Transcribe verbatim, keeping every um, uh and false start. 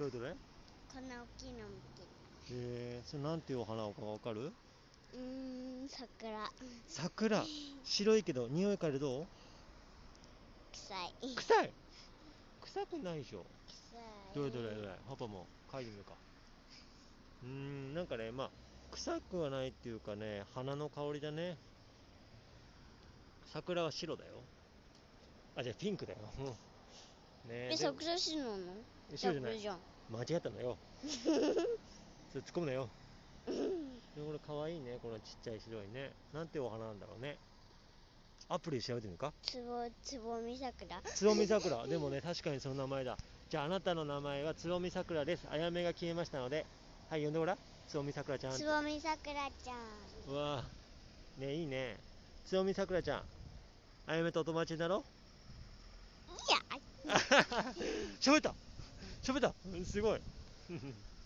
どれどれ。 こんな大きいの見てる。 えー、それなんていうお花かわかる？ うーん、桜。 桜。白いけど匂いからどう？ 臭い。 臭い。臭くないでしょ。 臭い。 どれどれどれ、パパも嗅いでみるか。うーん、なんかね、まあ臭くはないっていうかね、花の香りだね。桜は白だよ。あ、じゃあピンクだよ。ねえ、桜白なの？ 白じゃない。 じゃん。 間違ったのよ。それ突っ込むなよ。でこれかわいいね、このちっちゃい白いね。なんてお花なんだろうね。アプリで調べてみるか。 つぼ、つぼみ桜。 つぼみ桜。でもね、確かにその名前だ。じゃああなたの名前はつぼみ桜です。あやめが消えましたので、はい、呼んでごらん。つぼみ桜ちゃん。 つぼみ桜ちゃん。 うわぁ、ね、いいね。つぼみ桜ちゃん。あやめとお友達だろ。 いや。 しゃべったしゃべったすごい